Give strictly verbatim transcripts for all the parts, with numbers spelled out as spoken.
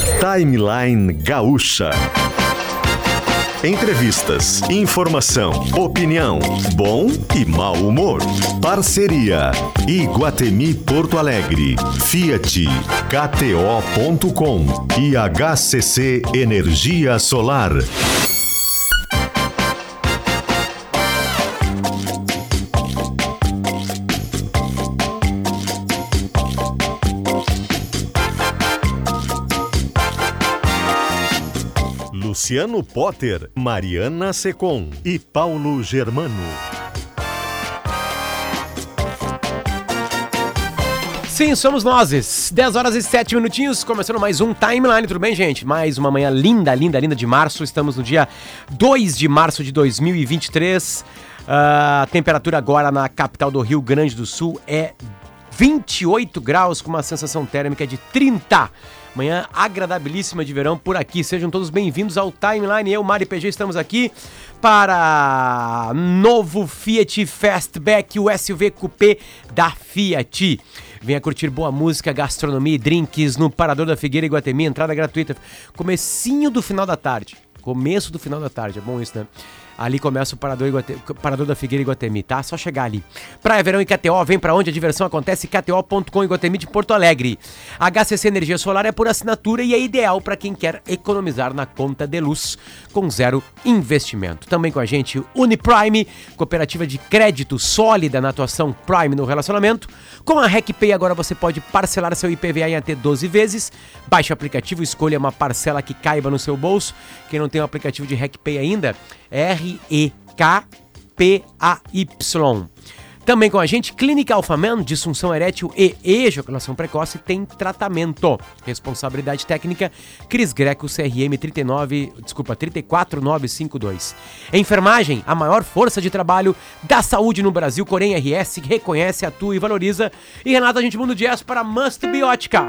Timeline Gaúcha. Entrevistas, informação, opinião, bom e mau humor. Parceria Iguatemi Porto Alegre, Fiat, K T O ponto com e H C C Energia Solar. Luciano Potter, Mariana Secom e Paulo Germano. Sim, somos nós. dez horas e sete minutinhos, começando mais um Timeline, tudo bem, gente? Mais uma manhã linda, linda, linda de março. Estamos no dia dois de março de dois mil e vinte e três. A temperatura agora na capital do Rio Grande do Sul é vinte e oito graus, com uma sensação térmica de trinta. Manhã agradabilíssima de verão por aqui. Sejam todos bem-vindos ao Timeline. Eu, Mari P G, estamos aqui para novo Fiat Fastback, o S U V Coupé da Fiat. Venha curtir boa música, gastronomia e drinks no Parador da Figueira Iguatemi, entrada gratuita. Comecinho do final da tarde. Começo do final da tarde, é bom isso, né? Ali começa o Parador, Iguatemi, Parador da Figueira Iguatemi, tá? Só chegar ali. Praia, Verão e K T O, vem pra onde a diversão acontece, K T O ponto com, Iguatemi de Porto Alegre. H C C Energia Solar é por assinatura e é ideal para quem quer economizar na conta de luz com zero investimento. Também com a gente, Uniprime, cooperativa de crédito sólida na atuação Prime no relacionamento. Com a RecPay agora você pode parcelar seu I P V A em até doze vezes. Baixe o aplicativo, escolha uma parcela que caiba no seu bolso. Quem não tem o aplicativo de RecPay ainda, R E K P A Y. Também com a gente, Clínica Alphaman, disfunção erétil e ejaculação precoce tem tratamento. Responsabilidade técnica, Cris Greco, C R M trinta e nove, desculpa, trinta e quatro mil novecentos e cinquenta e dois. Enfermagem, a maior força de trabalho da saúde no Brasil, Corém R S, reconhece, atua e valoriza. E Renata, a gente muda o jazz para Must Biótica.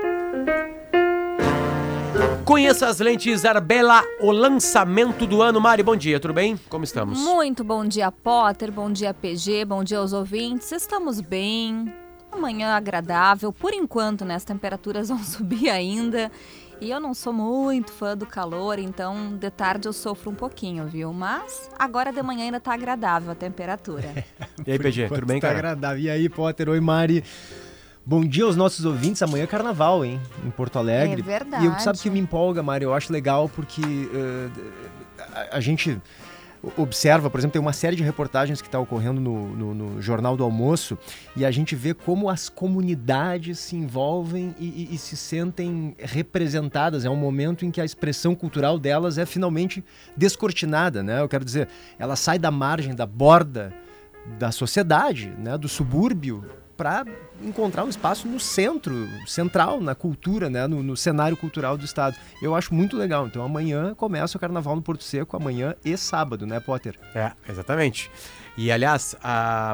Conheça as lentes Arbella, o lançamento do ano. Mari, bom dia, tudo bem? Como estamos? Muito bom dia, Potter, bom dia, P G, bom dia aos ouvintes. Estamos bem, amanhã agradável. Por enquanto, né, as temperaturas vão subir ainda. E eu não sou muito fã do calor, então de tarde eu sofro um pouquinho, viu? Mas agora de manhã ainda tá agradável a temperatura. E aí, P G, tudo bem, cara? Tá agradável. E aí, Potter, oi, Mari. Bom dia aos nossos ouvintes, amanhã é carnaval, hein, em Porto Alegre. É verdade. E eu sabe que me empolga, Mari, eu acho legal porque uh, a, a gente observa, por exemplo, tem uma série de reportagens que está ocorrendo no, no, no Jornal do Almoço e a gente vê como as comunidades se envolvem e, e, e se sentem representadas. É um momento em que a expressão cultural delas é finalmente descortinada, né? Eu quero dizer, ela sai da margem, da borda da sociedade, né, do subúrbio, para encontrar um espaço no centro, central, na cultura, né, no, no cenário cultural do estado. Eu acho muito legal. Então amanhã começa o Carnaval no Porto Seco, amanhã e sábado, né, Potter? É, exatamente. E aliás, a,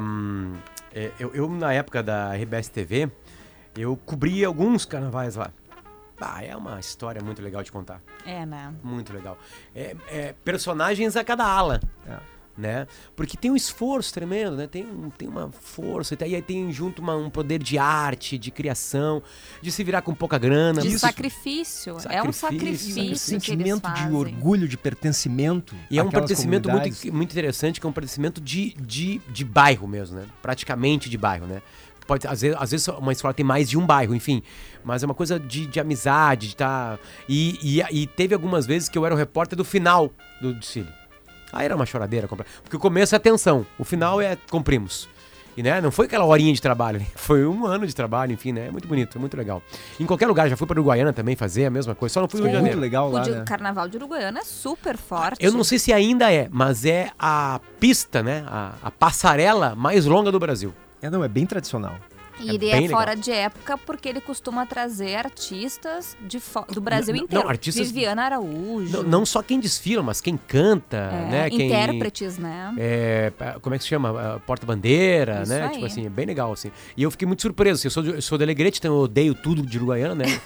eu, eu na época da R B S T V, eu cobri alguns carnavais lá. Ah, é uma história muito legal de contar. É, né? Muito legal. É, é, personagens a cada ala. É. Né? Porque tem um esforço tremendo, né? Tem, um, tem uma força, e aí tem junto uma, um poder de arte, de criação, de se virar com pouca grana. De Isso. sacrifício. sacrifício. É um sacrifício. Um sentimento de orgulho, de pertencimento. E é um pertencimento muito, muito interessante, que é um pertencimento de, de, de bairro mesmo, né? Praticamente de bairro, né? Pode, às vezes, às vezes uma escola tem mais de um bairro, enfim. Mas é uma coisa de, de amizade, de estar... Tá... E, e, e teve algumas vezes que eu era o repórter do final do desfile. Aí era uma choradeira, porque o começo é tensão, o final é cumprimos. E né, não foi aquela horinha de trabalho, né? Foi um ano de trabalho, enfim, né? É muito bonito, é muito legal. Em qualquer lugar, já fui para Uruguaiana também fazer a mesma coisa, só não fui no Rio de Janeiro. Muito legal lá, o de, né? Carnaval de Uruguaiana é super forte. Eu não sei se ainda é, mas é a pista, né? A, a passarela mais longa do Brasil. É, não, é bem tradicional. E ele é fora legal. de época porque ele costuma trazer artistas de fo- do Brasil não, inteiro. Não, artistas... Viviana Araújo. Não, não só quem desfila, mas quem canta, é, né? Quem, intérpretes, né? É, como é que se chama? Porta-bandeira, Isso né? aí. Tipo assim, é bem legal, assim. E eu fiquei muito surpreso, assim, eu sou, eu sou de Alegrete, então eu odeio tudo de Uruguaiana, né?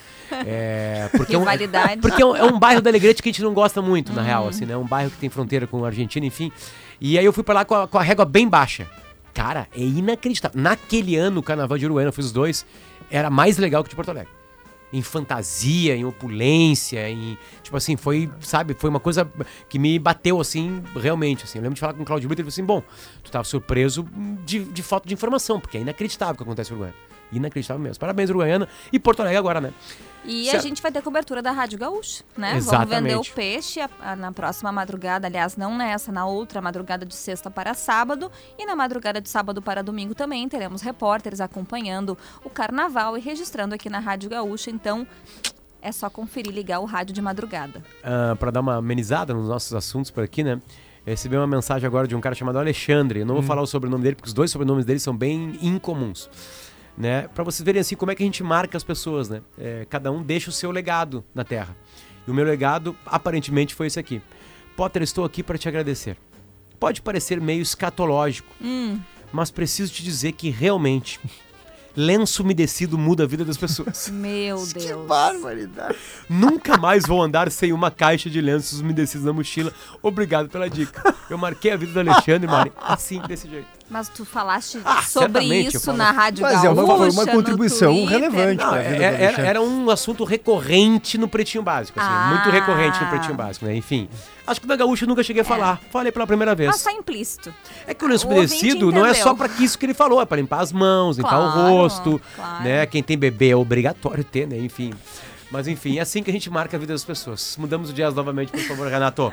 É, porque Rivalidade. É um, porque é um, é um bairro da Alegrete que a gente não gosta muito, na hum. real, assim, né? É um bairro que tem fronteira com a Argentina, enfim. E aí eu fui pra lá com a, com a régua bem baixa. Cara, é inacreditável. Naquele ano, o Carnaval de Uruguaiana, eu fiz os dois, era mais legal que o de Porto Alegre. em fantasia, em opulência, em... Tipo assim, foi, sabe, foi uma coisa que me bateu, assim, realmente, assim. Eu lembro de falar com o Claudio Brito, ele falou assim, bom, tu tava surpreso de, de falta de informação, porque é inacreditável o que acontece em Uruguaiana. Inacreditável mesmo. Parabéns, Uruguaiana e Porto Alegre agora, né? E certo. A gente vai ter cobertura da Rádio Gaúcha, né? Exatamente. Vamos vender o peixe a, a, na próxima madrugada, aliás, não nessa, na outra madrugada de sexta para sábado. E na madrugada de sábado para domingo também teremos repórteres acompanhando o carnaval e registrando aqui na Rádio Gaúcha. Então, é só conferir, ligar o rádio de madrugada. Uh, para dar uma amenizada nos nossos assuntos por aqui, né? Eu recebi uma mensagem agora de um cara chamado Alexandre. Eu não vou hum. falar o sobrenome dele, porque os dois sobrenomes dele são bem incomuns. Né? Para vocês verem assim como é que a gente marca as pessoas, né? É, cada um deixa o seu legado na Terra. E o meu legado, aparentemente, foi esse aqui. Potter, estou aqui para te agradecer. Pode parecer meio escatológico, hum. mas preciso te dizer que realmente lenço umedecido muda a vida das pessoas. Meu Deus. Que barbaridade. Nunca mais vou andar sem uma caixa de lenços umedecidos na mochila. Obrigado pela dica. Eu marquei a vida do Alexandre, Mari, assim, desse jeito. Mas tu falaste ah, sobre isso na Rádio Mas Gaúcha, é uma, foi uma contribuição relevante. Não, é, era, era um assunto recorrente no Pretinho Básico, assim, ah. muito recorrente no Pretinho Básico, né? Enfim, acho que na Gaúcha eu nunca cheguei a falar, é. falei pela primeira vez. Mas tá implícito. É que o lenço umedecido não é só pra isso que ele falou, é pra limpar as mãos, limpar claro, o rosto, claro. né? Quem tem bebê é obrigatório ter, né? Enfim. Mas enfim, é assim que a gente marca a vida das pessoas. Mudamos o jazz novamente, por favor, Renato.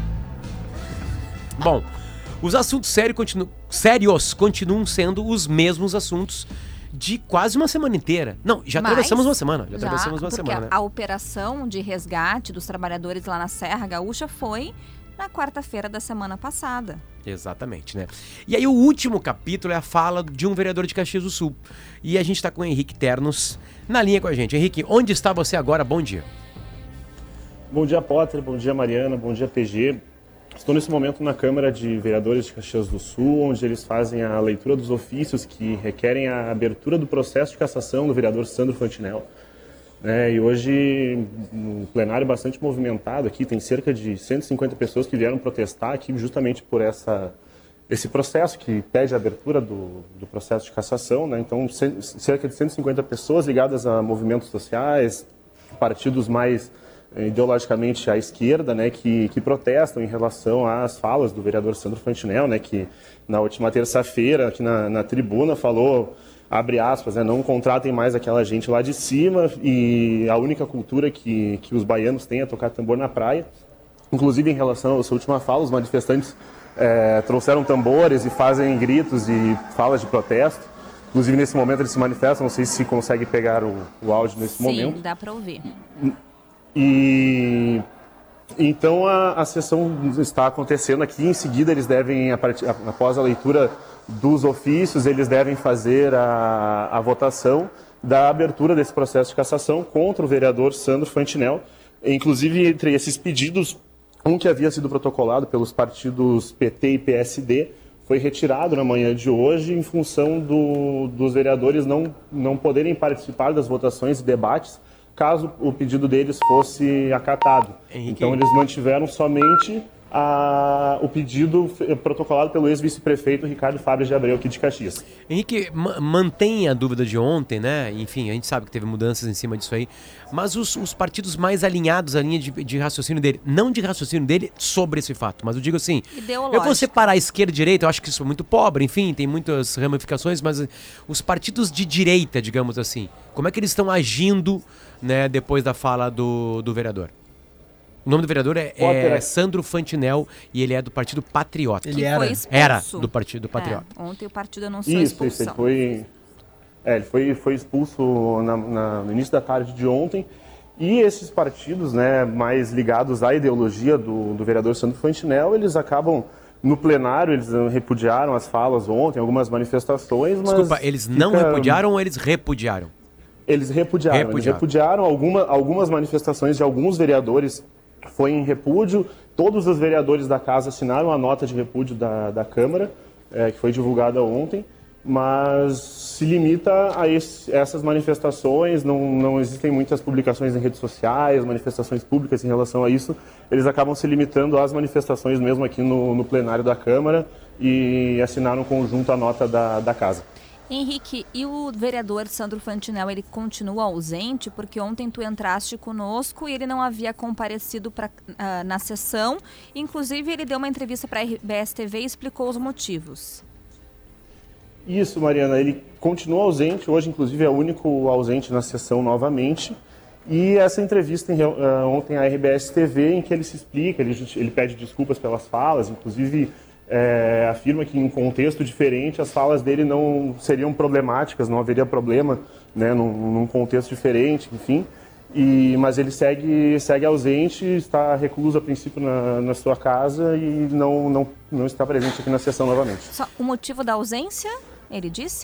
Bom, os assuntos sérios, continu... sérios continuam sendo os mesmos assuntos de quase uma semana inteira. Não, já Mas, atravessamos uma semana. Já, já atravessamos uma semana, né? A operação de resgate dos trabalhadores lá na Serra Gaúcha foi na quarta-feira da semana passada. Exatamente, né? E aí o último capítulo é a fala de um vereador de Caxias do Sul. E a gente tá com o Henrique Ternos na linha com a gente. Henrique, onde está você agora? Bom dia. Bom dia, Potter. Bom dia, Mariana. Bom dia, P G. Estou nesse momento na Câmara de Vereadores de Caxias do Sul, onde eles fazem a leitura dos ofícios que requerem a abertura do processo de cassação do vereador Sandro Fantinel. É, e hoje, um plenário bastante movimentado aqui, tem cerca de cento e cinquenta pessoas que vieram protestar aqui justamente por essa, esse processo que pede a abertura do, do processo de cassação, né? Então, cerca de cento e cinquenta pessoas ligadas a movimentos sociais, partidos mais ideologicamente à esquerda, né, que, que protestam em relação às falas do vereador Sandro Fantinel, né, que na última terça-feira, aqui na, na tribuna, falou, abre aspas, né, não contratem mais aquela gente lá de cima e a única cultura que, que os baianos têm é tocar tambor na praia. Inclusive, em relação à sua última fala, os manifestantes é, trouxeram tambores e fazem gritos e falas de protesto. Inclusive, nesse momento, eles se manifestam, não sei se consegue pegar o, o áudio nesse Sim, momento. Sim, dá para ouvir. E então a, a sessão está acontecendo aqui. Em seguida, eles devem, a part... após a leitura dos ofícios, eles devem fazer a, a votação da abertura desse processo de cassação contra o vereador Sandro Fantinel. Inclusive, entre esses pedidos, um que havia sido protocolado pelos partidos P T e P S D foi retirado na manhã de hoje em função do, dos vereadores não, não poderem participar das votações e debates caso o pedido deles fosse acatado. Henrique. Então, eles mantiveram somente a, o pedido protocolado pelo ex-vice-prefeito Ricardo Fábio de Abreu, aqui de Caxias. Henrique, mantém a dúvida de ontem, né? Enfim, a gente sabe que teve mudanças em cima disso aí, mas os, os partidos mais alinhados à linha de, de raciocínio dele, não de raciocínio dele sobre esse fato, mas eu digo assim, eu vou separar a esquerda e a direita, eu acho que isso é muito pobre, enfim, tem muitas ramificações, mas os partidos de direita, digamos assim, como é que eles estão agindo, né, depois da fala do, do vereador? O nome do vereador é, é Sandro Fantinel e ele é do Partido Patriota. Ele era, era do Partido Patriota. É, ontem o partido anunciou isso, a expulsão. Isso, ele foi, é, ele foi, foi expulso na, na, no início da tarde de ontem. E esses partidos, né, mais ligados à ideologia do, do vereador Sandro Fantinel, eles acabam no plenário, eles repudiaram as falas ontem, algumas manifestações, mas... Desculpa, eles não fica... repudiaram ou eles repudiaram? Eles repudiaram. repudiaram. Eles repudiaram alguma, algumas manifestações de alguns vereadores. Foi em repúdio, todos os vereadores da casa assinaram a nota de repúdio da, da Câmara, é, que foi divulgada ontem, mas se limita a esse, essas manifestações, não, não existem muitas publicações em redes sociais, manifestações públicas em relação a isso, eles acabam se limitando às manifestações mesmo aqui no, no plenário da Câmara e assinaram conjunto a nota da, da casa. Henrique, e o vereador Sandro Fantinel, ele continua ausente? Porque ontem tu entraste conosco e ele não havia comparecido pra, uh, na sessão. Inclusive, ele deu uma entrevista para a R B S T V e explicou os motivos. Isso, Mariana, ele continua ausente. Hoje, inclusive, é o único ausente na sessão novamente. E essa entrevista em, uh, ontem à R B S T V, em que ele se explica, ele, ele pede desculpas pelas falas, inclusive... É, afirma que em um contexto diferente as falas dele não seriam problemáticas, não haveria problema, né, num, num contexto diferente, enfim. E, mas ele segue, segue ausente, está recluso a princípio na, na sua casa e não, não, não está presente aqui na sessão novamente. Só o motivo da ausência, ele disse?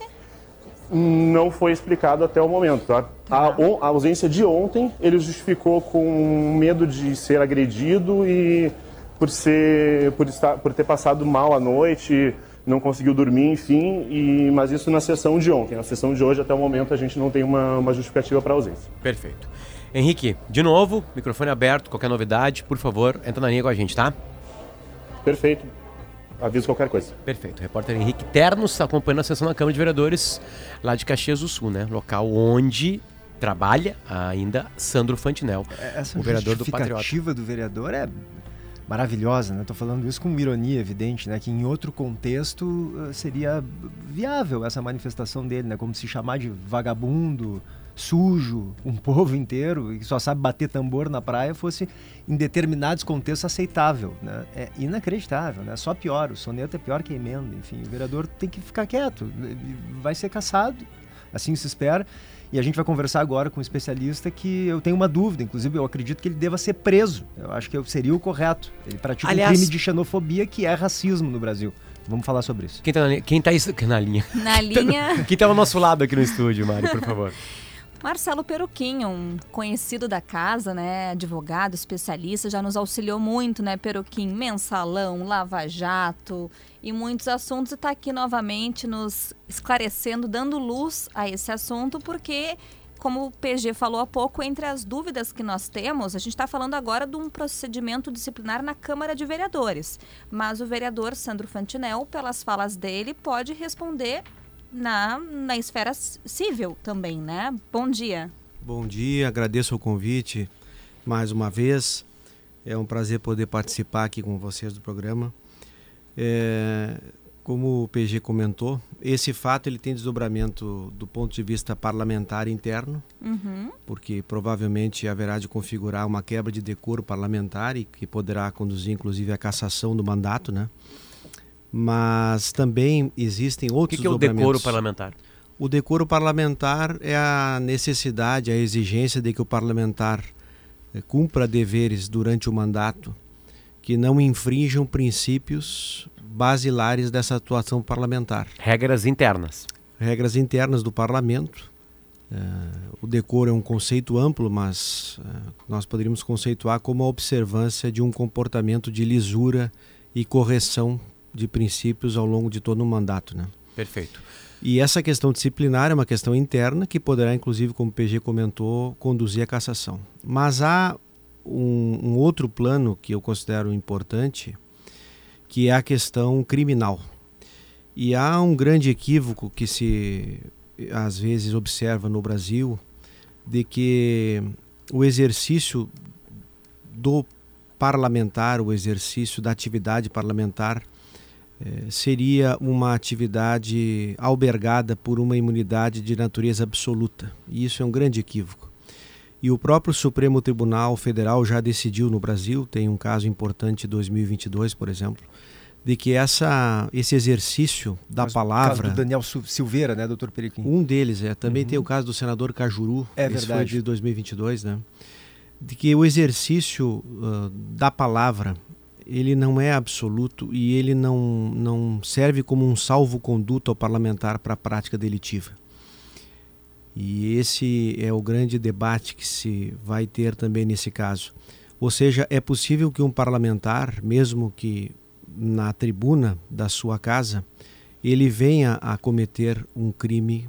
Não foi explicado até o momento. Tá? A, a ausência de ontem ele justificou com medo de ser agredido e por ser, por estar, por ter passado mal a noite, não conseguiu dormir, enfim, e, mas isso na sessão de ontem. Na sessão de hoje, até o momento, a gente não tem uma, uma justificativa para a ausência. Perfeito. Henrique, de novo, microfone aberto, qualquer novidade, por favor, entra na linha com a gente, tá? Perfeito. Aviso qualquer coisa. Perfeito. O repórter Henrique Ternos está acompanhando a sessão da Câmara de Vereadores lá de Caxias do Sul, né? Local onde trabalha ainda Sandro Fantinel, Essa o vereador do Patriota. A justificativa do vereador é maravilhosa, né? Estou falando isso com ironia evidente, né? Que em outro contexto uh, seria viável essa manifestação dele, né? Como se chamar de vagabundo, sujo, um povo inteiro e que só sabe bater tambor na praia fosse em determinados contextos aceitável, né? É inacreditável, né? Só pior, o soneto é pior que a emenda, enfim, o vereador tem que ficar quieto, vai ser cassado, assim se espera. E a gente vai conversar agora com um especialista que eu tenho uma dúvida, inclusive eu acredito que ele deva ser preso. Eu acho que seria o correto. Ele pratica Aliás, um crime de xenofobia que é racismo no Brasil. Vamos falar sobre isso. Quem tá na linha? Quem tá na linha? Na linha... Quem tá ao nosso lado aqui no estúdio, Mari, por favor. Marcelo Peruquim, um conhecido da casa, né, advogado, especialista, já nos auxiliou muito, né, Peruquim, mensalão, lava-jato e muitos assuntos, e está aqui novamente nos esclarecendo, dando luz a esse assunto, porque, como o P G falou há pouco, entre as dúvidas que nós temos, a gente está falando agora de um procedimento disciplinar na Câmara de Vereadores, mas o vereador Sandro Fantinel, pelas falas dele, pode responder Na, na esfera civil também, né? Bom dia. Bom dia, agradeço o convite mais uma vez. É um prazer poder participar aqui com vocês do programa. É, como o P G comentou, esse fato ele tem desdobramento do ponto de vista parlamentar interno, uhum. porque provavelmente haverá de configurar uma quebra de decoro parlamentar e que poderá conduzir inclusive à cassação do mandato, né? Mas também existem outros desdobramentos. O que, que é o decoro parlamentar? O decoro parlamentar é a necessidade, a exigência de que o parlamentar cumpra deveres durante o mandato que não infringam princípios basilares dessa atuação parlamentar. Regras internas. Regras internas do parlamento. Uh, o decoro é um conceito amplo, mas uh, nós poderíamos conceituar como a observância de um comportamento de lisura e correção de princípios ao longo de todo o mandato, né? Perfeito. E essa questão disciplinar é uma questão interna que poderá, inclusive, como o P G comentou, conduzir à cassação. Mas há um, um outro plano que eu considero importante, que é a questão criminal. E há um grande equívoco que se, às vezes, observa no Brasil, de que o exercício do parlamentar, o exercício da atividade parlamentar, Eh, seria uma atividade albergada por uma imunidade de natureza absoluta. E isso é um grande equívoco. E o próprio Supremo Tribunal Federal já decidiu no Brasil, tem um caso importante em dois mil e vinte e dois, por exemplo, de que essa, esse exercício da Mas palavra... O caso do Daniel Silveira, né, doutor Periquim? Um deles, é. Também uhum. tem o caso do senador Cajuru, é esse verdade. foi de dois mil e vinte e dois, né? De que o exercício uh, da palavra ele não é absoluto e ele não, não serve como um salvo-conduto ao parlamentar para a prática delitiva. E esse é o grande debate que se vai ter também nesse caso. Ou seja, é possível que um parlamentar, mesmo que na tribuna da sua casa, ele venha a cometer um crime,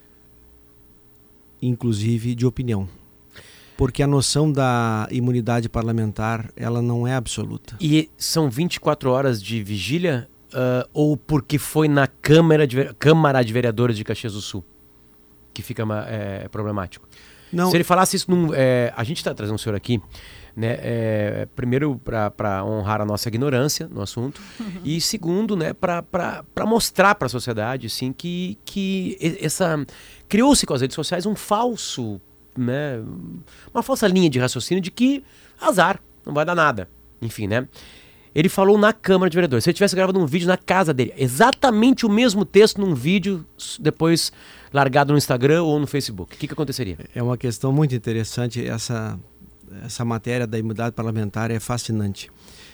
inclusive de opinião. Porque a noção da imunidade parlamentar, ela não é absoluta. E são vinte e quatro horas de vigília, uh, ou porque foi na Câmara de, Câmara de Vereadores de Caxias do Sul que fica é, problemático? Não. Se ele falasse isso num... É, a gente está trazendo o senhor aqui, né, é, primeiro para honrar a nossa ignorância no assunto, uhum. e segundo, né, para mostrar para a sociedade assim, que, que essa criou-se com as redes sociais um falso, né, uma falsa linha de raciocínio de que azar, não vai dar nada. Enfim, né? Ele falou na Câmara de Vereadores. Se ele tivesse gravado um vídeo na casa dele, exatamente o mesmo texto num vídeo depois largado no Instagram ou no Facebook, o que, que aconteceria? É uma questão muito interessante. Essa, essa matéria da imunidade parlamentar é fascinante.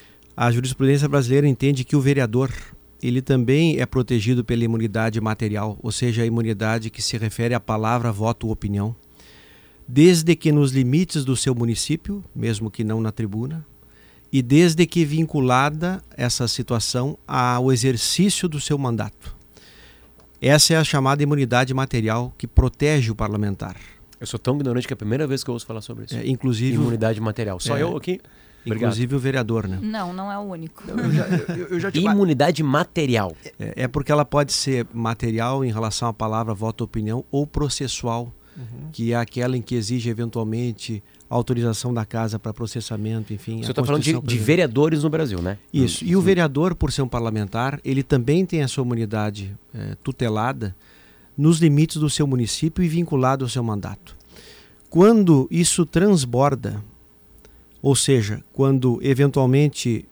A jurisprudência brasileira entende que o vereador, ele também é protegido pela imunidade material, ou seja, a imunidade que se refere à palavra, voto ou opinião, desde que nos limites do seu município, mesmo que não na tribuna, e desde que vinculada essa situação ao exercício do seu mandato. Essa é a chamada imunidade material que protege o parlamentar. Eu sou tão ignorante que é a primeira vez que eu ouço falar sobre isso. É, inclusive imunidade material. Só é, eu aqui? Obrigado. Inclusive o vereador, né? Não, não é o único. Eu já, eu, eu já te... Imunidade material. É, é porque ela pode ser material em relação à palavra, voto ou opinião, ou processual, uhum. que é aquela em que exige eventualmente autorização da casa para processamento, enfim. Você está falando de, de vereadores no Brasil, né? Isso. E o vereador, por ser um parlamentar, ele também tem a sua imunidade é, tutelada nos limites do seu município e vinculado ao seu mandato. Quando isso transborda, ou seja, quando eventualmente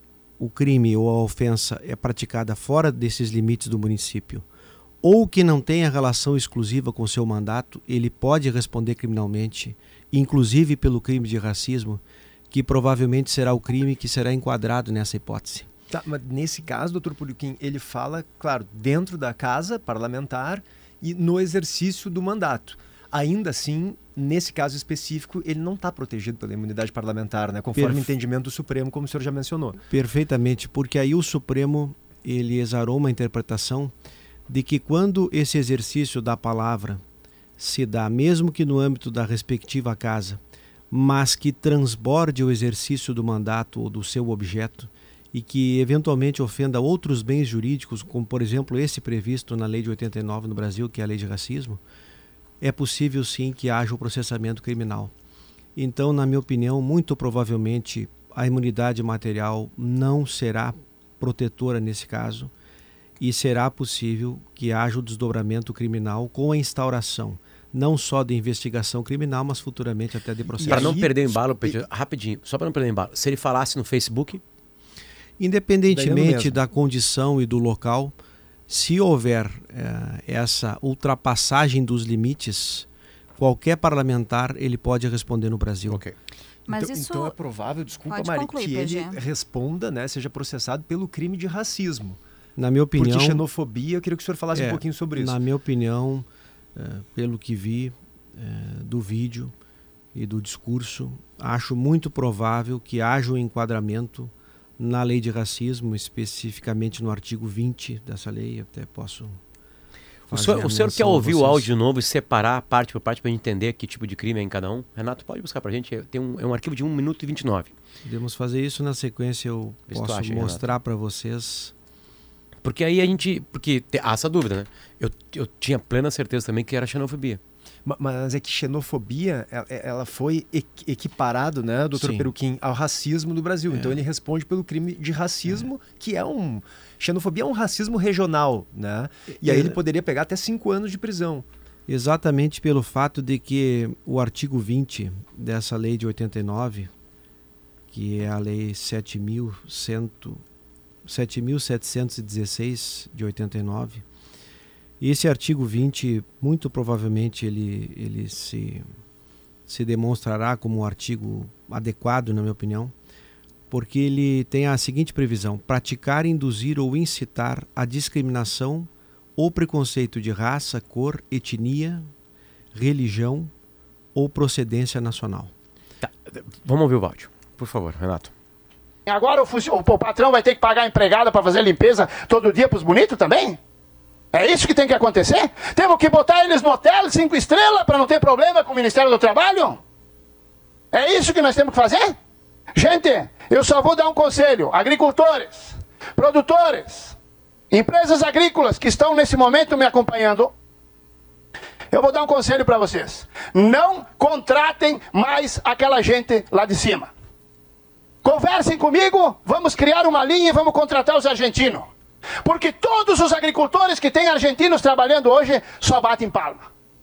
o crime ou a ofensa é praticada fora desses limites do município, ou que não tenha relação exclusiva com o seu mandato, ele pode responder criminalmente, inclusive pelo crime de racismo, que provavelmente será o crime que será enquadrado nessa hipótese. Tá, mas nesse caso, doutor Puriquim, ele fala, claro, dentro da casa parlamentar e no exercício do mandato. Ainda assim, nesse caso específico, ele não está protegido pela imunidade parlamentar, né? Conforme Perfe... o entendimento do Supremo, como o senhor já mencionou. Perfeitamente, porque aí o Supremo ele exarou uma interpretação de que quando esse exercício da palavra se dá, mesmo que no âmbito da respectiva casa, mas que transborde o exercício do mandato ou do seu objeto e que eventualmente ofenda outros bens jurídicos, como por exemplo esse previsto na Lei de oitenta e nove no Brasil, que é a Lei de Racismo, é possível sim que haja o processamento criminal. Então, na minha opinião, muito provavelmente a imunidade material não será protetora nesse caso e será possível que haja o desdobramento criminal com a instauração não só de investigação criminal, mas futuramente até de processo. Para não perder o embalo, Pedro, rapidinho, só para não perder o embalo, se ele falasse no Facebook? Independentemente da condição e do local, se houver é, essa ultrapassagem dos limites, qualquer parlamentar ele pode responder no Brasil. Ok. Mas então, isso... então é provável, desculpa, Pode Mari, concluir, que P G. ele responda, né, seja processado pelo crime de racismo. Na minha opinião... Porque xenofobia, eu queria que o senhor falasse é, um pouquinho sobre isso. Na minha opinião, é, pelo que vi é, do vídeo e do discurso, acho muito provável que haja um enquadramento na lei de racismo, especificamente no artigo vinte dessa lei. Até posso... O senhor, o senhor quer ouvir o áudio de novo e separar parte por parte para a gente entender que tipo de crime é em cada um? Renato, pode buscar para a gente. Tem um, é um arquivo de um minuto e vinte e nove. Podemos fazer isso na sequência. Eu Vê posso acha, mostrar para vocês. Porque aí a gente... Porque há essa dúvida, né? Eu, eu tinha plena certeza também que era xenofobia. Mas é que xenofobia, ela foi equiparado, né, doutor Sim. Peruquim, ao racismo do Brasil. É. Então ele responde pelo crime de racismo, é. que é um... Xenofobia é um racismo regional, né? E é. aí ele poderia pegar até cinco anos de prisão. Exatamente pelo fato de que o artigo vinte dessa lei de oitenta e nove, que é a lei sete mil setecentos e dezesseis de oitenta e nove, esse artigo vinte, muito provavelmente, ele, ele se, se demonstrará como um artigo adequado, na minha opinião, porque ele tem a seguinte previsão: praticar, induzir ou incitar a discriminação ou preconceito de raça, cor, etnia, religião ou procedência nacional. Tá. Vamos ouvir o áudio, por favor, Renato. Agora o, func... o patrão vai ter que pagar a empregada para fazer limpeza todo dia para os bonitos também? É isso que tem que acontecer? Temos que botar eles no hotel cinco estrelas para não ter problema com o Ministério do Trabalho? É isso que nós temos que fazer? Gente, eu só vou dar um conselho. Agricultores, produtores, Empresas agrícolas que estão nesse momento me acompanhando, eu vou dar um conselho para vocês. Não contratem mais aquela gente lá de cima. Conversem comigo, vamos criar uma linha e vamos contratar os argentinos. Porque todos os agricultores que têm argentinos trabalhando hoje só batem palma.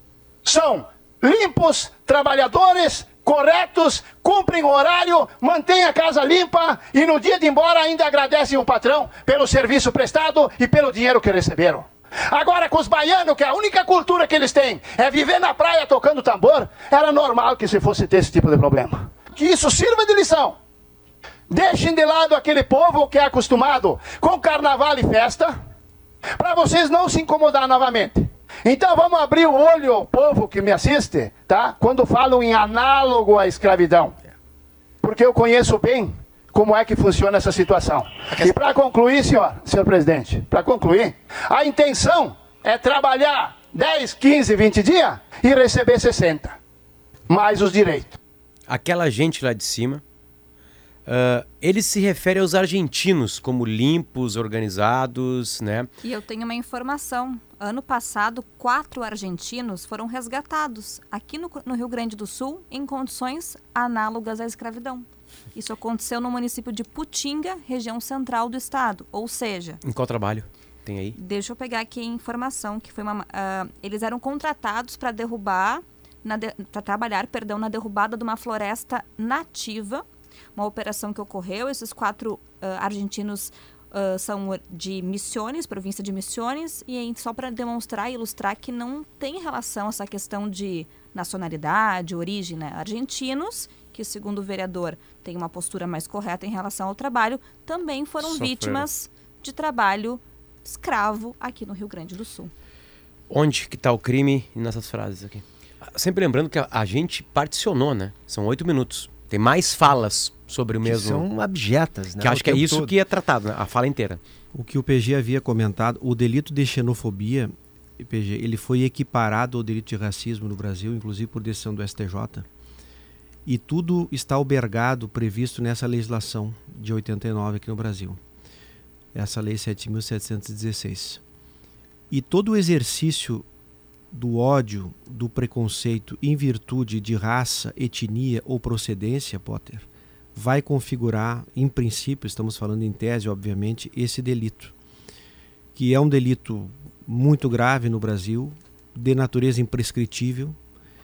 São limpos, trabalhadores, corretos, cumprem o horário, mantêm a casa limpa e no dia de ir embora ainda agradecem o patrão pelo serviço prestado e pelo dinheiro que receberam. Agora com os baianos, que a única cultura que eles têm é viver na praia tocando tambor, era normal que se fosse ter esse tipo de problema. Que isso sirva de lição. Deixem de lado aquele povo que é acostumado com carnaval e festa, para vocês não se incomodar novamente. Então vamos abrir o olho ao povo que me assiste, tá? Quando falam em análogo à escravidão. Porque eu conheço bem como é que funciona essa situação. E para concluir, senhor, senhor presidente, para concluir, a intenção é trabalhar dez, quinze, vinte dias e receber sessenta, mais os direitos. Aquela gente lá de cima, uh, ele se refere aos argentinos como limpos, organizados, né? E eu tenho uma informação. Ano passado, quatro argentinos foram resgatados aqui no, no Rio Grande do Sul em condições análogas à escravidão. Isso aconteceu no município de Putinga, região central do estado. Ou seja... Em qual trabalho tem aí? Deixa eu pegar aqui a informação, que foi uma... Uh, eles eram contratados para derrubar, de, para trabalhar, perdão, na derrubada de uma floresta nativa. Uma operação que ocorreu. Esses quatro uh, argentinos uh, são de Misiones, província de Misiones. E aí, só para demonstrar e ilustrar que não tem relação essa questão de nacionalidade, origem, né? Argentinos, que segundo o vereador tem uma postura mais correta em relação ao trabalho, também foram Sofreram. vítimas de trabalho escravo aqui no Rio Grande do Sul. Onde que está o crime nessas frases aqui? Sempre lembrando que a, a gente particionou, né? São oito minutos. Tem mais falas sobre o que mesmo... são abjetas, né? Que acho que é isso todo. que é tratado, né? A fala inteira. O que o P G havia comentado, o delito de xenofobia, P G, ele foi equiparado ao delito de racismo no Brasil, inclusive por decisão do S T J. E tudo está albergado, previsto nessa legislação de oitenta e nove aqui no Brasil. Essa lei sete mil setecentos e dezesseis. E todo o exercício do ódio, do preconceito em virtude de raça, etnia ou procedência, Potter, vai configurar, em princípio, estamos falando em tese, obviamente, esse delito. Que é um delito muito grave no Brasil, de natureza imprescritível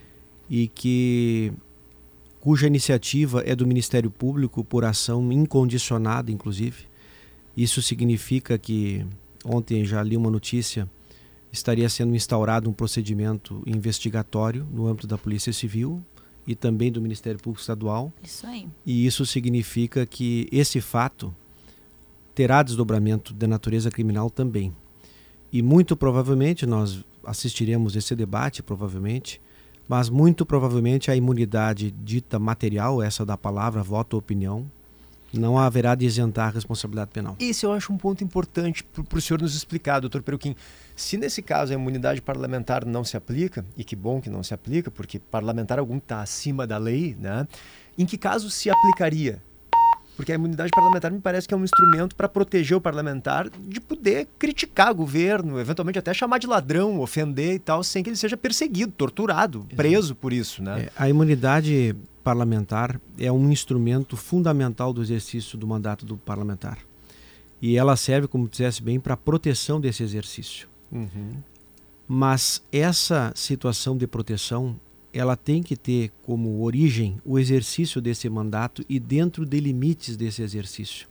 e que... cuja iniciativa é do Ministério Público por ação incondicionada, inclusive. Isso significa que, ontem já li uma notícia, estaria sendo instaurado um procedimento investigatório no âmbito da Polícia Civil e também do Ministério Público Estadual. Isso aí. E isso significa que esse fato terá desdobramento de natureza criminal também. E muito provavelmente, nós assistiremos esse debate, provavelmente, mas muito provavelmente a imunidade dita material, essa da palavra, voto ou opinião, não haverá de isentar a responsabilidade penal. Esse eu acho um ponto importante para o senhor nos explicar, doutor Peruquim. Se nesse caso a imunidade parlamentar não se aplica, e que bom que não se aplica, porque parlamentar algum está acima da lei, né? Em que caso se aplicaria? Porque a imunidade parlamentar me parece que é um instrumento para proteger o parlamentar de poder criticar o governo, eventualmente até chamar de ladrão, ofender e tal, sem que ele seja perseguido, torturado, preso por isso, né? É, a imunidade parlamentar é um instrumento fundamental do exercício do mandato do parlamentar. E ela serve, como dissesse bem, para a proteção desse exercício. Uhum. Mas essa situação de proteção, ela tem que ter como origem o exercício desse mandato e dentro de limites desse exercício.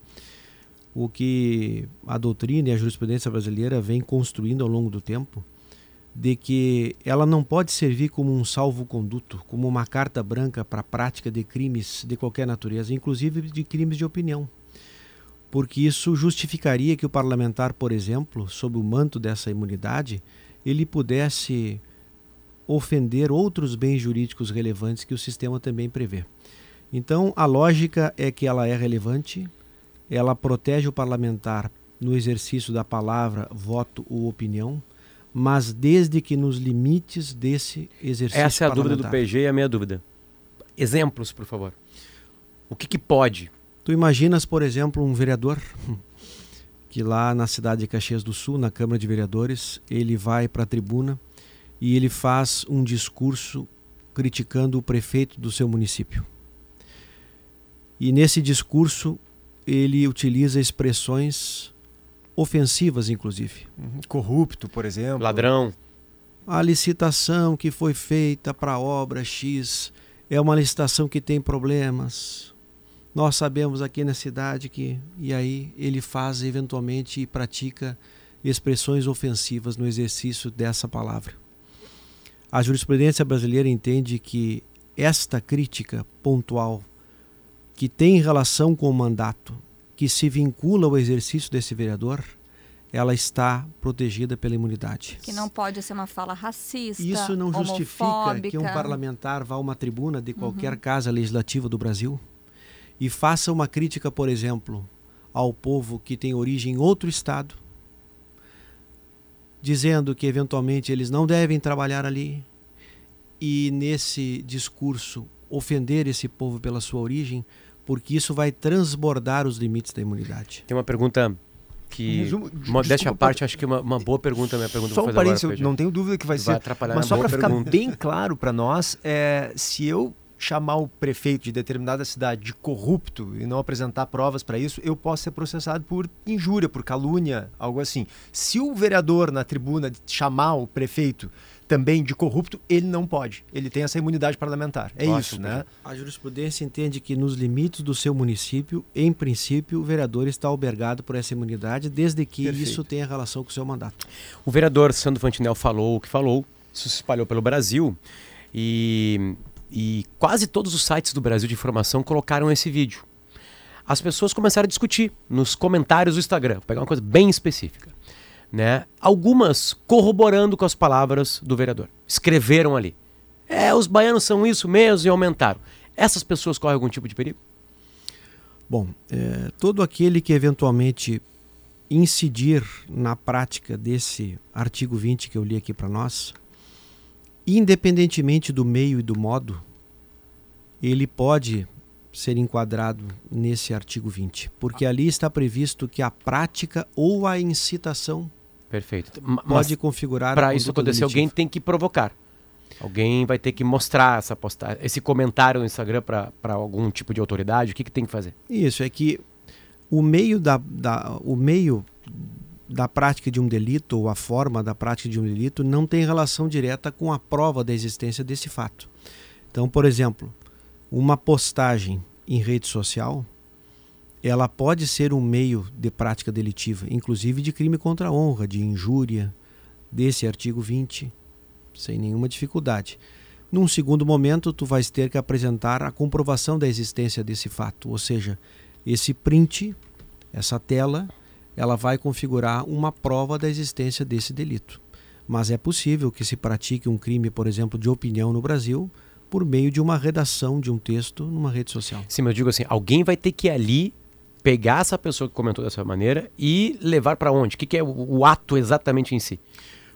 O que a doutrina e a jurisprudência brasileira vem construindo ao longo do tempo, de que ela não pode servir como um salvo-conduto, como uma carta branca para a prática de crimes de qualquer natureza, inclusive de crimes de opinião. Porque isso justificaria que o parlamentar, por exemplo, sob o manto dessa imunidade, ele pudesse ofender outros bens jurídicos relevantes que o sistema também prevê. Então, a lógica é que ela é relevante, ela protege o parlamentar no exercício da palavra, voto ou opinião, mas desde que nos limites desse exercício Essa é a parlamentar. dúvida do P G e a minha dúvida. Exemplos, por favor. O que que pode? Tu imaginas, por exemplo, um vereador que lá na cidade de Caxias do Sul, na Câmara de Vereadores, ele vai para a tribuna e ele faz um discurso criticando o prefeito do seu município. E nesse discurso ele utiliza expressões ofensivas, inclusive. Uhum. Corrupto, por exemplo. Ladrão. A licitação que foi feita para a obra X é uma licitação que tem problemas. Nós sabemos aqui na cidade que... E aí ele faz eventualmente e pratica expressões ofensivas no exercício dessa palavra. A jurisprudência brasileira entende que esta crítica pontual que tem relação com o mandato, que se vincula ao exercício desse vereador, ela está protegida pela imunidade. Que não pode ser uma fala racista, Isso não justifica homofóbica. que um parlamentar vá a uma tribuna de qualquer uhum. casa legislativa do Brasil e faça uma crítica, por exemplo, ao povo que tem origem em outro estado, dizendo que eventualmente eles não devem trabalhar ali e nesse discurso ofender esse povo pela sua origem, porque isso vai transbordar os limites da imunidade. Tem uma pergunta que, resumo, modéstia à parte, acho que é uma, uma boa pergunta, a minha pergunta. Só um parênteses, agora, eu não tenho dúvida que vai, vai ser, atrapalhar mas só para ficar pergunta. bem claro para nós, é, se eu chamar o prefeito de determinada cidade de corrupto e não apresentar provas para isso, eu posso ser processado por injúria, por calúnia, algo assim. Se o vereador na tribuna chamar o prefeito também de corrupto, ele não pode. Ele tem essa imunidade parlamentar. É Ótimo, isso, né? A jurisprudência entende que nos limites do seu município, em princípio, o vereador está albergado por essa imunidade, desde que Perfeito. Isso tenha relação com o seu mandato. O vereador Sandro Fantinel falou o que falou, isso se espalhou pelo Brasil e... E quase todos os sites do Brasil de informação colocaram esse vídeo. As pessoas começaram a discutir nos comentários do Instagram. Vou pegar uma coisa bem específica, né? Algumas corroborando com as palavras do vereador. Escreveram ali. É, os baianos são isso mesmo e aumentaram. Essas pessoas correm algum tipo de perigo? Bom, é, todo aquele que eventualmente incidir na prática desse artigo vinte que eu li aqui para nós, independentemente do meio e do modo, ele pode ser enquadrado nesse artigo vinte, porque ali está previsto que a prática ou a incitação Perfeito. pode Mas configurar... Para isso acontecer, delitiva. alguém tem que provocar. Alguém vai ter que mostrar essa postagem, esse comentário no Instagram para algum tipo de autoridade. O que, que tem que fazer? Isso, é que o meio da, da, o meio da prática de um delito ou a forma da prática de um delito não tem relação direta com a prova da existência desse fato. Então, por exemplo, uma postagem em rede social, ela pode ser um meio de prática delitiva, inclusive de crime contra a honra, de injúria, desse artigo vinte, sem nenhuma dificuldade. Num segundo momento, tu vais ter que apresentar a comprovação da existência desse fato, ou seja, esse print, essa tela, ela vai configurar uma prova da existência desse delito. Mas é possível que se pratique um crime, por exemplo, de opinião no Brasil, por meio de uma redação de um texto numa rede social. Sim, mas eu digo assim, alguém vai ter que ir ali pegar essa pessoa que comentou dessa maneira e levar para onde? O que, que é o, o ato exatamente em si?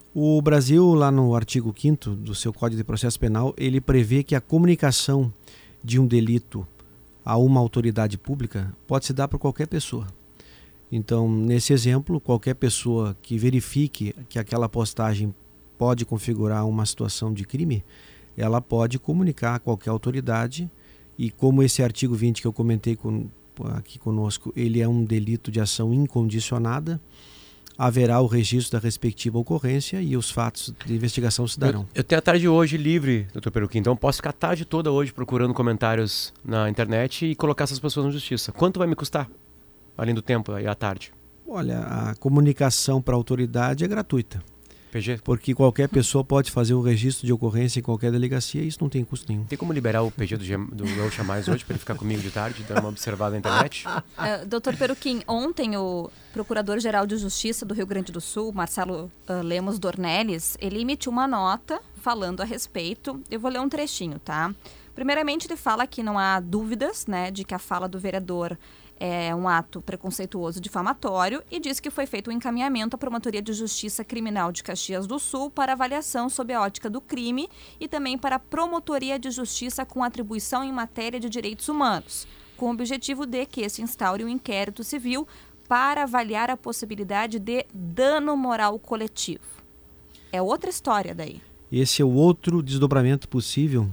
O Brasil, lá no artigo quinto do seu Código de Processo Penal, ele prevê que a comunicação de um delito a uma autoridade pública pode se dar por qualquer pessoa. Então, nesse exemplo, qualquer pessoa que verifique que aquela postagem pode configurar uma situação de crime, ela pode comunicar a qualquer autoridade e como esse artigo vinte que eu comentei com, aqui conosco, ele é um delito de ação incondicionada, haverá o registro da respectiva ocorrência e os fatos de investigação se darão. Eu, eu tenho a tarde hoje livre, doutor Peruquim, então posso ficar a tarde toda hoje procurando comentários na internet e colocar essas pessoas na justiça. Quanto vai me custar? Além do tempo e à tarde. Olha, a comunicação para a autoridade é gratuita. P G? Porque qualquer pessoa pode fazer o registro de ocorrência em qualquer delegacia e isso não tem custo nenhum. Tem como liberar o P G do, G, do Gaúcha Mais hoje para ele ficar comigo de tarde, dar uma observada na internet? Uh, doutor Peruquim, ontem o Procurador-Geral de Justiça do Rio Grande do Sul, Marcelo uh, Lemos Dornelles, ele emitiu uma nota falando a respeito. Eu vou ler um trechinho, tá? Primeiramente, ele fala que não há dúvidas, né, de que a fala do vereador é um ato preconceituoso difamatório e diz que foi feito um encaminhamento à Promotoria de Justiça Criminal de Caxias do Sul para avaliação sob a ótica do crime e também para a Promotoria de Justiça com atribuição em matéria de direitos humanos, com o objetivo de que se instaure um inquérito civil para avaliar a possibilidade de dano moral coletivo. É outra história daí. Esse é o outro desdobramento possível,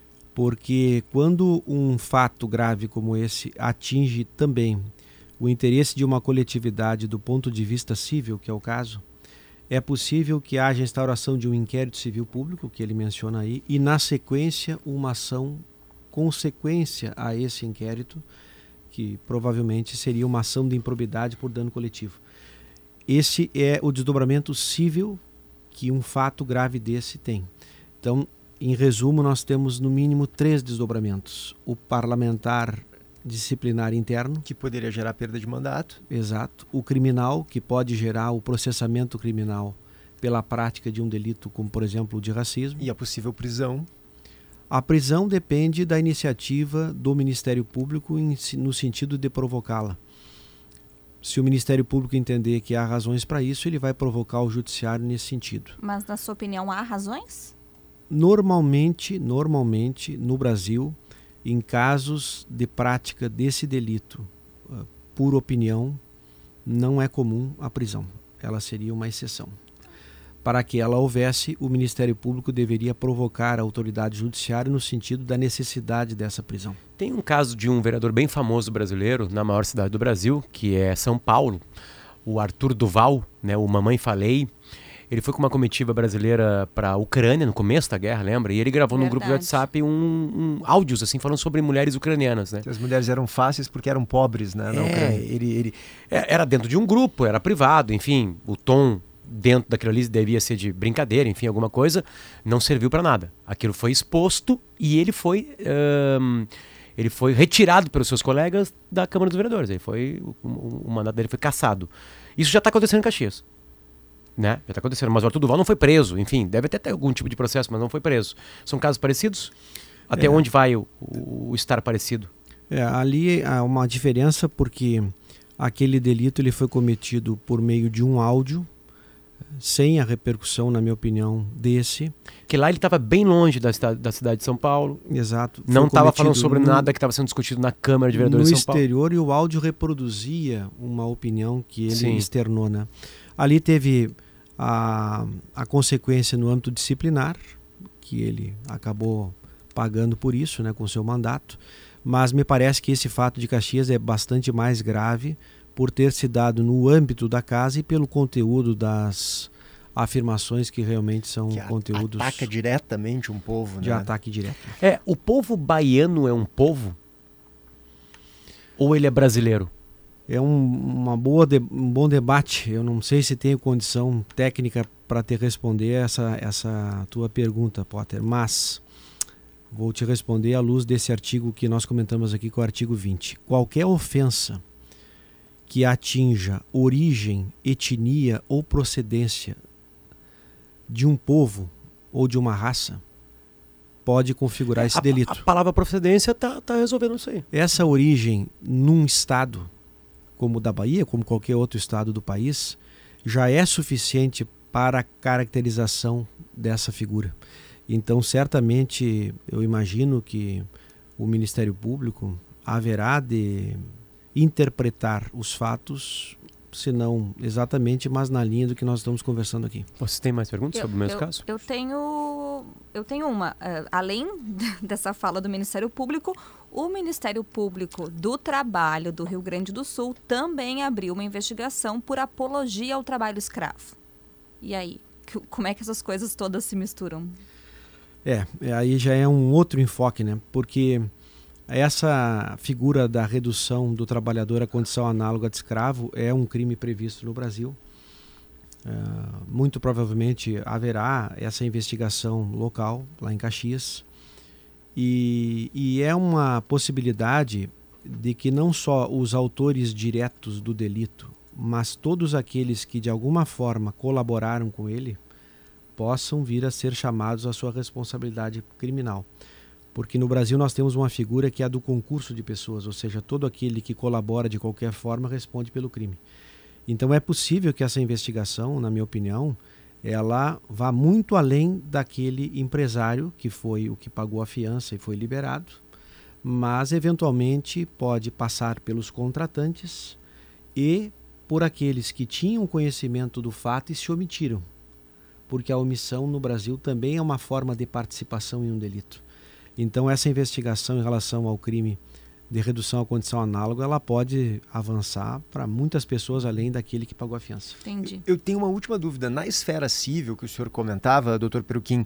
porque quando um fato grave como esse atinge também o interesse de uma coletividade do ponto de vista civil, que é o caso, é possível que haja instauração de um inquérito civil público, que ele menciona aí, e na sequência uma ação consequência a esse inquérito, que provavelmente seria uma ação de improbidade por dano coletivo. Esse é o desdobramento civil que um fato grave desse tem. Então, em resumo, nós temos no mínimo três desdobramentos. O parlamentar disciplinar interno, que poderia gerar perda de mandato. Exato. O criminal, que pode gerar o processamento criminal pela prática de um delito, como por exemplo o de racismo. E a possível prisão. A prisão depende da iniciativa do Ministério Público em, no sentido de provocá-la. Se o Ministério Público entender que há razões para isso, ele vai provocar o judiciário nesse sentido. Mas, na sua opinião, há razões? Normalmente, normalmente, no Brasil, em casos de prática desse delito, uh, por opinião, não é comum a prisão. Ela seria uma exceção. Para que ela houvesse, o Ministério Público deveria provocar a autoridade judiciária no sentido da necessidade dessa prisão. Tem um caso de um vereador bem famoso brasileiro, na maior cidade do Brasil, que é São Paulo, o Arthur Duval, né, o Mamãe Falei. Ele foi com uma comitiva brasileira para a Ucrânia, no começo da guerra, lembra? E ele gravou Verdade. num grupo de WhatsApp um, um, áudios, assim, falando sobre mulheres ucranianas, né? Que as mulheres eram fáceis porque eram pobres, né? Na é, Ucrânia. Ele, ele, era dentro de um grupo, era privado, enfim, o tom dentro daquilo ali devia ser de brincadeira, enfim, alguma coisa, não serviu para nada. Aquilo foi exposto e ele foi, um, ele foi retirado pelos seus colegas da Câmara dos Vereadores. Ele foi, o, o, o mandato dele foi cassado. Isso já está acontecendo em Caxias. Né? Já está acontecendo, mas o Arthur Duval não foi preso, enfim, deve até ter algum tipo de processo, mas não foi preso. São casos parecidos? Até é. onde vai o, o, o estar parecido? É, ali há uma diferença porque aquele delito ele foi cometido por meio de um áudio, sem a repercussão, na minha opinião, desse. Que lá ele estava bem longe da cidade, da cidade de São Paulo. Exato. Não estava falando sobre no, nada que estava sendo discutido na Câmara de Vereadores de São Paulo. No exterior, e o áudio reproduzia uma opinião que ele Sim. externou, né? Ali teve a, a consequência no âmbito disciplinar, que ele acabou pagando por isso, né, com seu mandato. Mas me parece que esse fato de Caxias é bastante mais grave por ter se dado no âmbito da casa e pelo conteúdo das afirmações que realmente são que conteúdos... ataca diretamente um povo, de né? ataque direto. É, o povo baiano é um povo? Ou ele é brasileiro? É um, uma boa de, um bom debate. Eu não sei se tenho condição técnica para te responder essa, essa tua pergunta, Potter, mas vou te responder à luz desse artigo que nós comentamos aqui, com o artigo vinte. Qualquer ofensa que atinja origem, etnia ou procedência de um povo ou de uma raça pode configurar esse a, delito. A palavra procedência está tá resolvendo isso aí. Essa origem num estado como o da Bahia, como qualquer outro estado do país, já é suficiente para a caracterização dessa figura. Então, certamente, eu imagino que o Ministério Público haverá de interpretar os fatos, se não exatamente, mas na linha do que nós estamos conversando aqui. Você tem mais perguntas eu, sobre o mesmo eu, caso? Eu tenho, eu tenho uma. Uh, além dessa fala do Ministério Público, o Ministério Público do Trabalho do Rio Grande do Sul também abriu uma investigação por apologia ao trabalho escravo. E aí, que, como é que essas coisas todas se misturam? É, aí já é um outro enfoque, né? Porque essa figura da redução do trabalhador à condição análoga de escravo é um crime previsto no Brasil. Uh, muito provavelmente haverá essa investigação local, lá em Caxias. E, e é uma possibilidade de que não só os autores diretos do delito, mas todos aqueles que de alguma forma colaboraram com ele, possam vir a ser chamados à sua responsabilidade criminal. Porque no Brasil nós temos uma figura que é a do concurso de pessoas, ou seja, todo aquele que colabora de qualquer forma responde pelo crime. Então é possível que essa investigação, na minha opinião, ela vá muito além daquele empresário que foi o que pagou a fiança e foi liberado, mas eventualmente pode passar pelos contratantes e por aqueles que tinham conhecimento do fato e se omitiram. Porque a omissão no Brasil também é uma forma de participação em um delito. Então essa investigação em relação ao crime de redução à condição análoga, ela pode avançar para muitas pessoas além daquele que pagou a fiança. Entendi. Eu tenho uma última dúvida. Na esfera civil que o senhor comentava, doutor Peruquim,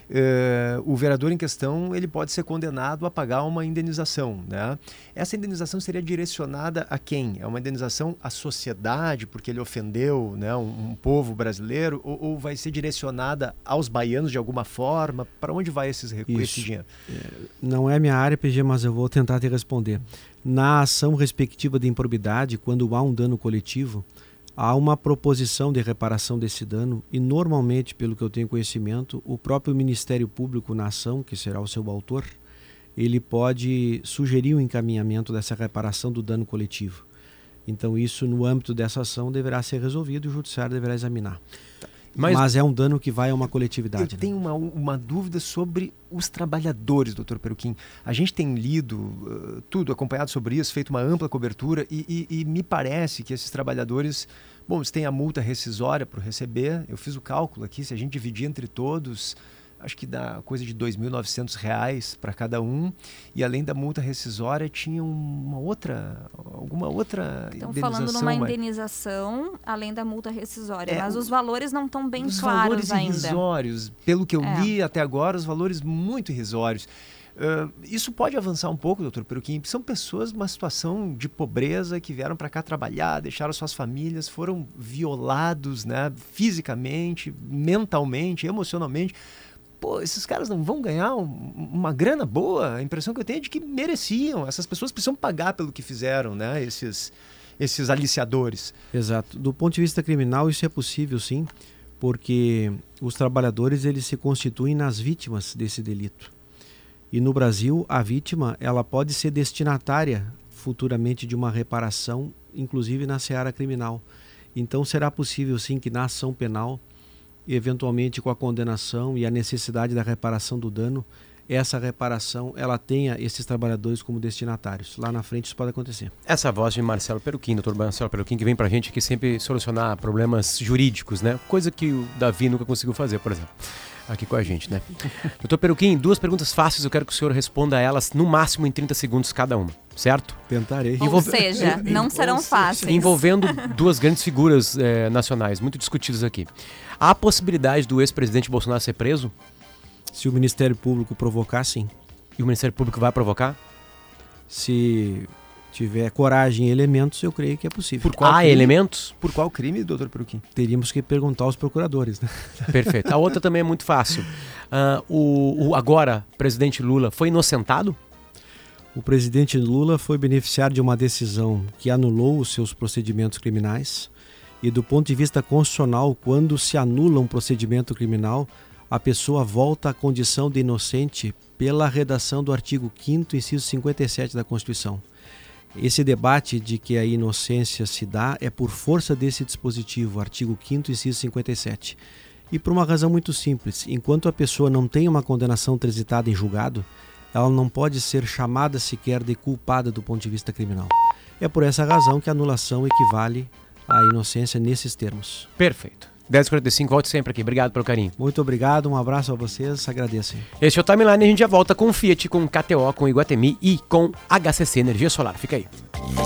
eh, o vereador em questão ele pode ser condenado a pagar uma indenização, né? Essa indenização seria direcionada a quem? É uma indenização à sociedade, porque ele ofendeu, né, um, um povo brasileiro, ou, ou vai ser direcionada aos baianos de alguma forma? Para onde vai esses recursos, esse dinheiro? É, não é minha área, P G, mas eu vou tentar te responder. Na ação respectiva de improbidade, quando há um dano coletivo, há uma proposição de reparação desse dano e normalmente, pelo que eu tenho conhecimento, o próprio Ministério Público na ação, que será o seu autor, ele pode sugerir o encaminhamento dessa reparação do dano coletivo. Então isso, no âmbito dessa ação, deverá ser resolvido e o Judiciário deverá examinar. Mas, Mas é um dano que vai a uma coletividade. Eu tenho uma, uma dúvida sobre os trabalhadores, doutor Peruquim. A gente tem lido uh, tudo, acompanhado sobre isso, feito uma ampla cobertura e, e, e me parece que esses trabalhadores, bom, eles têm a multa rescisória para receber. Eu fiz o cálculo aqui, se a gente dividir entre todos, acho que dá coisa de dois mil e novecentos reais para cada um. E além da multa rescisória, tinha uma outra, alguma outra Estão indenização. falando numa mas... indenização além da multa rescisória, É, mas os valores não estão bem os claros valores ainda. irrisórios. Pelo que eu É. li até agora, os valores muito irrisórios. Uh, isso pode avançar um pouco, doutor Peruquim? São pessoas numa situação de pobreza que vieram para cá trabalhar, deixaram suas famílias, foram violados, né, fisicamente, mentalmente, emocionalmente. Pô, esses caras não vão ganhar um, uma grana boa? A impressão que eu tenho é de que mereciam. Essas pessoas precisam pagar pelo que fizeram, né? Esses, esses aliciadores. Exato. Do ponto de vista criminal, isso é possível, sim, porque os trabalhadores eles se constituem nas vítimas desse delito. E no Brasil, a vítima ela pode ser destinatária futuramente de uma reparação, inclusive na seara criminal. Então será possível, sim, que na ação penal, eventualmente com a condenação e a necessidade da reparação do dano, essa reparação ela tenha esses trabalhadores como destinatários. Lá na frente isso pode acontecer. Essa voz de Marcelo Peruquim, doutor Marcelo Peruquim, que vem pra gente aqui sempre solucionar problemas jurídicos, né? Coisa que o Davi nunca conseguiu fazer, por exemplo, aqui com a gente, né? doutor Peruquim, duas perguntas fáceis, eu quero que o senhor responda a elas no máximo em trinta segundos cada uma, certo? Tentarei. Ou Envolve... seja, não serão fáceis. Envolvendo duas grandes figuras eh, nacionais, muito discutidas aqui. Há a possibilidade do ex-presidente Bolsonaro ser preso? Se o Ministério Público provocar, sim. E o Ministério Público vai provocar? Se tiver coragem e elementos, eu creio que é possível. Por qual Há crime? elementos? Por qual crime, doutor Peruquim? Teríamos que perguntar aos procuradores, né? Perfeito. A outra também é muito fácil. Uh, o, o agora presidente Lula foi inocentado? O presidente Lula foi beneficiário de uma decisão que anulou os seus procedimentos criminais. E do ponto de vista constitucional, quando se anula um procedimento criminal, a pessoa volta à condição de inocente pela redação do artigo quinto, inciso cinquenta e sete da Constituição. Esse debate de que a inocência se dá é por força desse dispositivo, artigo quinto, inciso cinquenta e sete. E por uma razão muito simples, enquanto a pessoa não tem uma condenação transitada em julgado, ela não pode ser chamada sequer de culpada do ponto de vista criminal. É por essa razão que a anulação equivale à inocência nesses termos. Perfeito. dez e quarenta e cinco, volte sempre aqui. Obrigado pelo carinho. Muito obrigado, um abraço a vocês, agradeço. Este é o Timeline, a gente já volta com Fiat, com K T O, com Iguatemi e com H C C Energia Solar. Fica aí.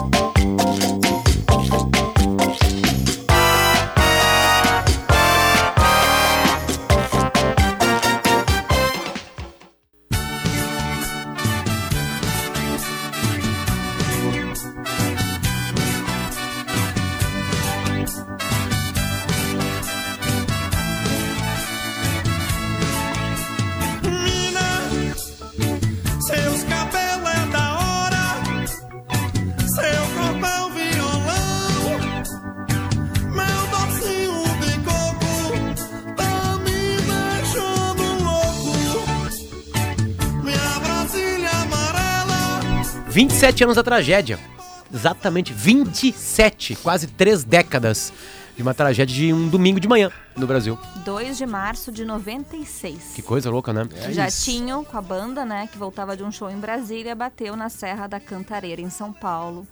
vinte e sete anos da tragédia. Exatamente vinte e sete, quase três décadas de uma tragédia de um domingo de manhã no Brasil. dois de março de noventa e seis. Que coisa louca, né? É Jatinho, com a banda, né, que voltava de um show em Brasília, bateu na Serra da Cantareira, em São Paulo.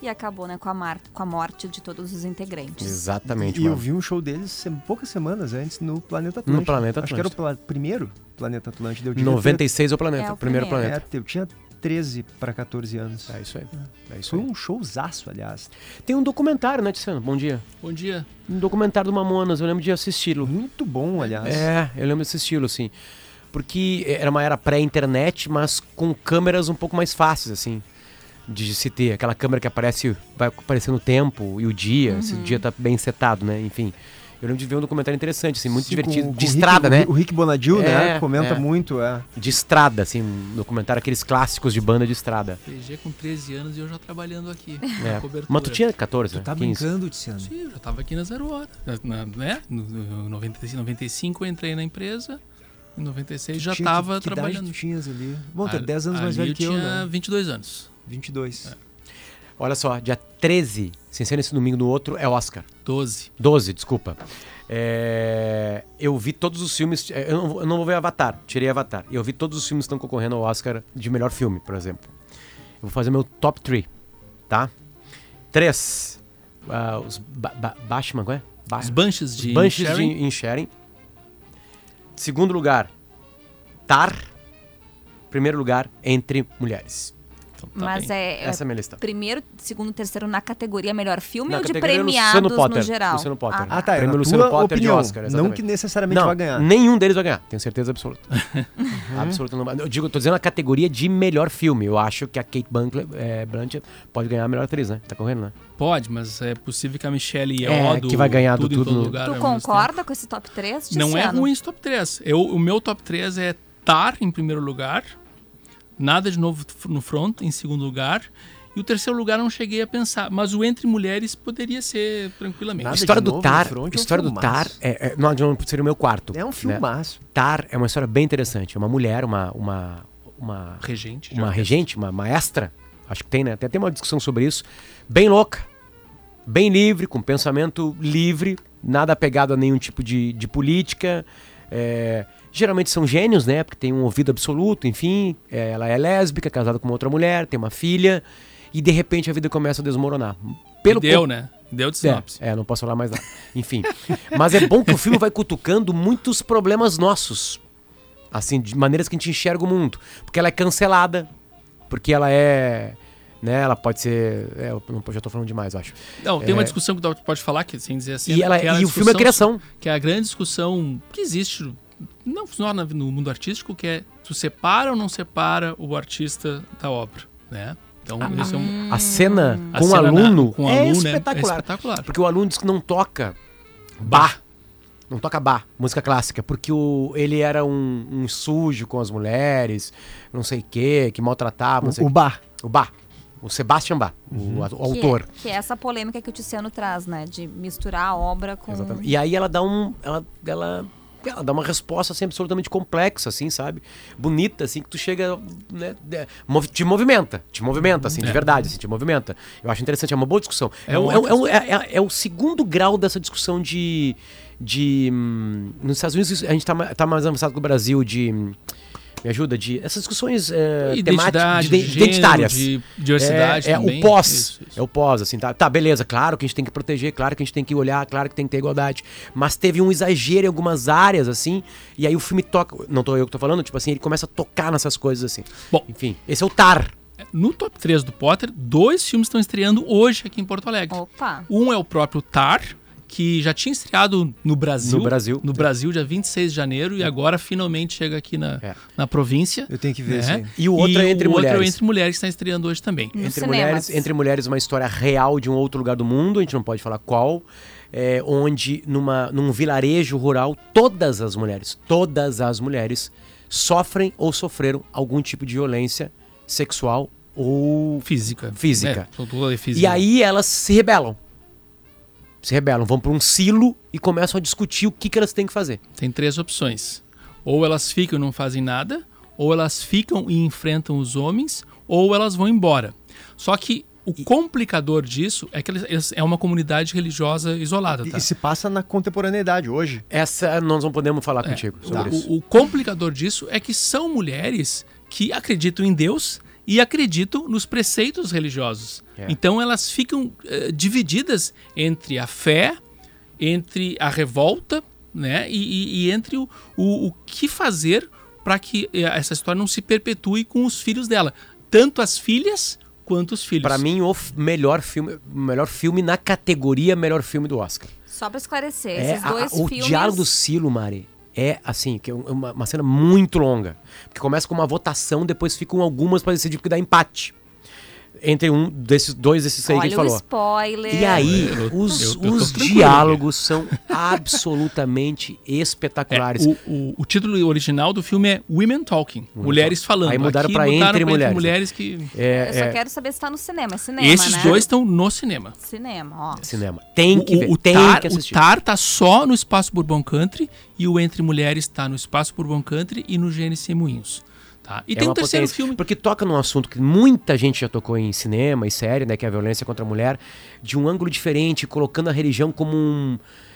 e acabou, né, com a, mar... com a morte de todos os integrantes. Exatamente. E mano. eu vi um show deles sem- poucas semanas antes no Planeta Atlântico. No Planeta Acho que era o Atlântico. pla- primeiro Planeta Atlântico. Eu devia noventa e seis é o planeta, É o o primeiro, primeiro. planeta. ter- É, eu tinha treze para catorze anos. É isso aí. É isso Foi aí. um showzaço, aliás. Tem um documentário, né, Tiziano? Bom dia. Bom dia. Um documentário do Mamonas, eu lembro de assisti-lo. Muito bom, aliás. É, eu lembro desse estilo, assim. Porque era uma era pré-internet, mas com câmeras um pouco mais fáceis, assim, de se ter. Aquela câmera que aparece, vai aparecendo o tempo e o dia, se o dia tá bem setado, né? Enfim. Eu lembro de ver um documentário interessante, assim, muito Sim, divertido. com- com De o Rick- estrada, o né? Rick- O Rick Bonadil, É, né? Comenta é. muito, é. De estrada, assim, um documentário, aqueles clássicos de banda de estrada. P G com treze anos e eu já trabalhando aqui. É. Na cobertura. Mas tu tinha catorze, né? Tá quinze. brincando, Tiziano. Sim, eu já estava aqui na Zero Hora. Na, né? No, no noventa e cinco, noventa e cinco eu entrei na empresa. Em noventa e seis já Tinha- estava que, que trabalhando. idade tu tinhas ali? Bom, tu é Ali- dez anos mais ali velho que eu, eu tinha né? vinte e dois anos. vinte e dois. É. Olha só, dia treze, sem ser nesse domingo no outro, é Oscar. doze. doze, desculpa. É, eu vi todos os filmes. Eu não, eu não vou ver Avatar, tirei Avatar. Eu vi todos os filmes que estão concorrendo ao Oscar de melhor filme, por exemplo. Eu vou fazer meu top três, tá? três. Uh, os ba ba Bashman, qual é? Ba Os Banshees de os Banshees Inisherin. de Inisherin. Segundo lugar, Tar. Primeiro lugar, Entre Mulheres. Então, tá Mas bem. é, é Essa é a minha lista. primeiro, segundo, terceiro na categoria melhor filme Na ou de categoria premiados Luciano Potter, no geral? Luciano Potter. Ah, tá. É Prêmio na Luciano tua Potter de opinião, Oscar, não exatamente. que necessariamente Não, vai ganhar. nenhum deles vai ganhar, tenho certeza absoluta. Absoluta não vai. Eu digo, eu tô dizendo a categoria de melhor filme. Eu acho que a Kate Blanchett, é, Blanchett pode ganhar a melhor atriz, né? Tá correndo, né? Pode, mas é possível que a Michelle É, Yeoh do que vai ganhar do tudo, em tudo todo no- lugar. Tu ao mesmo concorda com esse top três, tempo. Não é Tiziano? ruim esse top três. Eu, o meu top três é Tar em primeiro lugar, Nada de Novo no Front em segundo lugar. E o terceiro lugar eu não cheguei a pensar, mas o Entre Mulheres poderia ser tranquilamente. A Nada história de do Novo Tar, no Front é a um história do filmaço. Tar é, é, não, não seria o meu quarto. É um né? filmaço. Tar é uma história bem interessante. É uma mulher, uma uma uma Regente. de uma orquestra. regente, uma maestra. Acho que tem, né? Até tem uma discussão sobre isso. Bem louca, bem livre, com pensamento livre, nada apegado a nenhum tipo de, de política. É, geralmente são gênios, né? Porque tem um ouvido absoluto, enfim. É, ela é lésbica, casada com uma outra mulher, tem uma filha. E de repente a vida começa a desmoronar. E deu, né? Deu de sinopse. É, é, não posso falar mais nada. Enfim. Mas é bom que o filme vai cutucando muitos problemas nossos. Assim, de maneiras que a gente enxerga o mundo. Porque ela é cancelada. Porque ela é... Né, ela pode ser... É, eu não, já tô falando demais, eu acho. Não, tem uma É. discussão que tu pode falar, que, sem dizer assim... E, ela, que é a e o filme é discussão- criação. Que é a grande discussão que existe, não funciona no mundo artístico, que é tu separa ou não separa o artista da obra, né? Então, esse é um... A cena A com o cena na- aluno com o é aluno é- é espetacular. espetacular. Porque o aluno diz que não toca bar. Não toca bar, música clássica. Porque o, ele era um, um sujo com as mulheres, não sei o quê, que maltratava, não sei O, o bar. O Bach, o Sebastian Bach, o, o Que autor. é, que é essa polêmica que o Tiziano traz, né? De misturar a obra com... Exatamente. E aí ela dá um. Ela, ela, ela dá uma resposta assim, absolutamente complexa, assim, sabe? Bonita, assim, que tu chega. Né, de- mov- te movimenta. Te movimenta, assim, de É. verdade, assim, te movimenta. Eu acho interessante, é uma boa discussão. É, É um- um é um- é, ótimo- um- é- é- é o segundo grau dessa discussão de. de hum, nos Estados Unidos a gente tá, ma- tá mais avançado que o Brasil de. hum, Me ajuda, de. Essas discussões é, Identidade, temáticas, de de, gênero, identitárias. de diversidade é, é também. o pós. Isso, isso. É o pós, assim, tá? Tá, beleza, claro que a gente tem que proteger, claro que a gente tem que olhar, claro que tem que ter igualdade. Mas teve um exagero em algumas áreas, assim, e aí o filme toca. Não tô eu que tô falando, tipo assim, ele começa a tocar nessas coisas, assim. Bom. Enfim, esse é o Tar. No top três do Potter, dois filmes estão estreando hoje aqui em Porto Alegre. Opa! Um é o próprio Tar, que já tinha estreado no Brasil. No Brasil. No Brasil, dia vinte e seis de janeiro, e agora finalmente chega aqui na, É. na província. Eu tenho que ver né? isso aí. E o outro é Entre o outro é o Mulheres. Entre Mulheres, que está estreando hoje também. Nos Entre cinemas. mulheres, entre mulheres, uma história real de um outro lugar do mundo, a gente não pode falar qual, é, onde numa, num vilarejo rural, todas as mulheres, todas as mulheres sofrem ou sofreram algum tipo de violência sexual ou Física. Física. É, toda física. E aí elas se rebelam. Se rebelam, vão para um silo e começam a discutir o que, que elas têm que fazer. Tem três opções. Ou elas ficam e não fazem nada, ou elas ficam e enfrentam os homens, ou elas vão embora. Só que o complicador disso é que eles, eles- é uma comunidade religiosa isolada, tá? E se passa na contemporaneidade hoje. Essa nós não podemos falar É, contigo sobre o, isso. o complicador disso é que são mulheres que acreditam em Deus e acreditam nos preceitos religiosos. É. Então elas ficam uh, divididas entre a fé, entre a revolta, né, e, e, e entre o, o, o que fazer para que essa história não se perpetue com os filhos dela. Tanto as filhas quanto os filhos. Pra mim, o f- melhor filme, melhor filme na categoria melhor filme do Oscar. Só pra esclarecer, É, esses a- dois o filmes... diálogo do Silo, Mari, é assim, que é uma, uma cena muito longa. Porque começa com uma votação, depois ficam algumas pra decidir, porque dá empate. Entre um desses dois desses aí Olha que a gente falou. o spoiler. E aí, Eu- eu- os, eu- eu tô os tranquilo diálogos são absolutamente espetaculares. É, o, o, o título original do filme é Women Talking, Mulheres Falando. Aí mudaram Aqui pra botaram Entre Mulheres. mulheres que... É, Eu só é quero saber se tá no cinema. É cinema, Esses né? dois estão no cinema. Cinema, ó. cinema. Tem que ver, o, o, tem Tar, que o assistir. Tar tá só no Espaço Bourbon Country e o Entre Mulheres tá no Espaço Bourbon Country e no G N C Moinhos. Tá? E É tem um uma terceiro potência, filme. Porque toca num assunto que muita gente já tocou em cinema e série, né? Que é a violência contra a mulher, de um ângulo diferente, colocando a religião como um...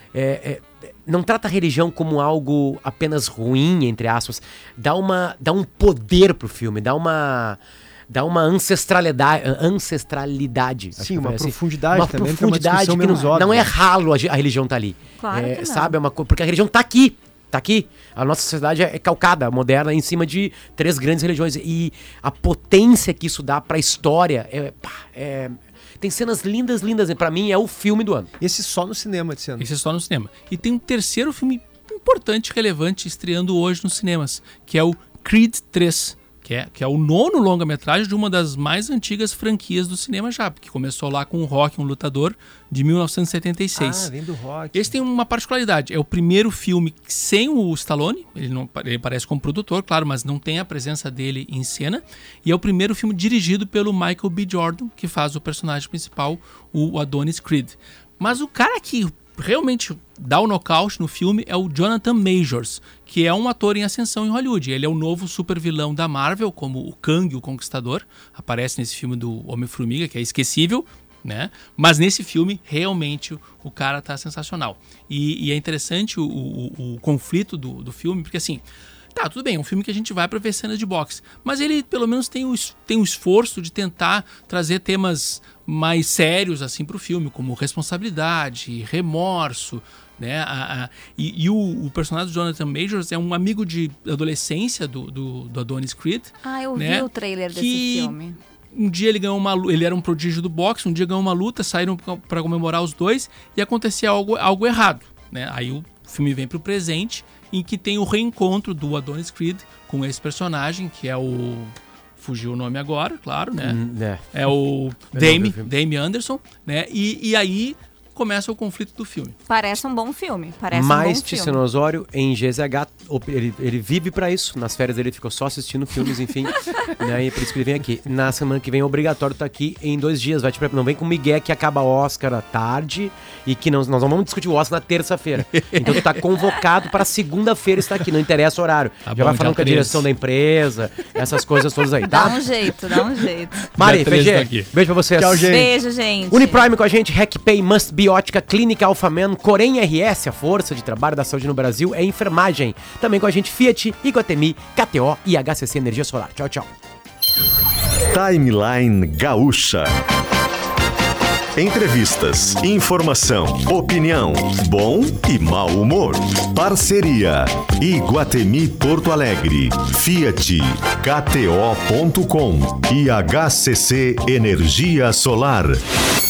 é, é, não trata a religião como algo apenas ruim, entre aspas. Dá, uma, dá um poder pro filme, dá uma... Dá uma ancestralidade, ancestralidade. acho Sim, que uma foi assim. profundidade uma também, que é uma profundidade discussão que não, menos óbvia. não é ralo a, ge- a religião tá ali. Claro É, que não. sabe, é uma coisa, porque a religião tá aqui. Tá aqui. A nossa sociedade é calcada, moderna, em cima de três grandes religiões. E a potência que isso dá pra história é, pá, é- tem cenas lindas, lindas. E pra mim é o filme do ano. Esse só no cinema, dizendo. Esse é só no cinema. E tem um terceiro filme importante, relevante, estreando hoje nos cinemas, que é o Creed três. Que é, que é o nono longa-metragem de uma das mais antigas franquias do cinema já, porque começou lá com o Rocky, um lutador, de mil novecentos e setenta e seis. Ah, vem do rock. Esse tem uma particularidade, é o primeiro filme sem o Stallone, ele, não, ele aparece como produtor, claro, mas não tem a presença dele em cena, e é o primeiro filme dirigido pelo Michael B. Jordan, que faz o personagem principal, o Adonis Creed. Mas o cara que realmente dá o nocaute no filme é o Jonathan Majors, que é um ator em ascensão em Hollywood. Ele é o novo super vilão da Marvel, como o Kang, o Conquistador. Aparece nesse filme do Homem-Formiga, que é esquecível, né? Mas nesse filme, realmente, o cara tá sensacional. E, e é interessante o, o, o conflito do, do filme, porque assim... Tá, tudo bem, é um filme que a gente vai pra ver cenas de boxe, mas ele pelo menos tem o, es- tem o esforço de tentar trazer temas mais sérios assim pro filme, como responsabilidade, remorso, né? A, a, e e o, o personagem do Jonathan Majors é um amigo de adolescência do, do, do Adonis Creed. Ah, eu né? vi o trailer desse Que- filme. Um dia ele ganhou uma lu- ele era um prodígio do boxe, um dia ganhou uma luta, saíram para comemorar os dois e acontecia algo, algo errado, né? Aí o filme vem pro presente, em que tem o reencontro do Adonis Creed com esse personagem, que é o... Fugiu o nome agora, claro, né? Hum, é. É o não vi Dame, o filme. Dame Anderson, né? E, e aí começa o conflito do filme. Parece um bom filme. Parece Mais um bom filme. Ticino Osório em G Z H, op- ele, ele vive pra isso. Nas férias dele ele ficou só assistindo filmes, enfim. né? E por isso que ele vem aqui. Na semana que vem é obrigatório estar aqui em dois dias. Vai te preparar. Não vem com o Miguel que acaba Oscar à tarde e que não, nós não vamos discutir o Oscar na terça-feira. Então tu tá convocado para segunda-feira estar aqui, não interessa o horário. Tá Já bom, vai dia falando com a treze. direção da empresa, essas coisas todas aí, Dá tá? um jeito, dá um jeito. Mari, Dia treze tá P G, aqui. beijo pra vocês. Tchau, gente. Beijo, gente. Uniprime com a gente, RecPay, Must Be Ótica, Clínica Alphaman, Corém R S, a força de trabalho da saúde no Brasil é enfermagem. Também com a gente Fiat, Iguatemi, K T O e H C C Energia Solar. Tchau, tchau. Timeline Gaúcha. Entrevistas, informação, opinião, bom e mau humor. Parceria Iguatemi Porto Alegre, Fiat, K T O ponto com e H C C Energia Solar.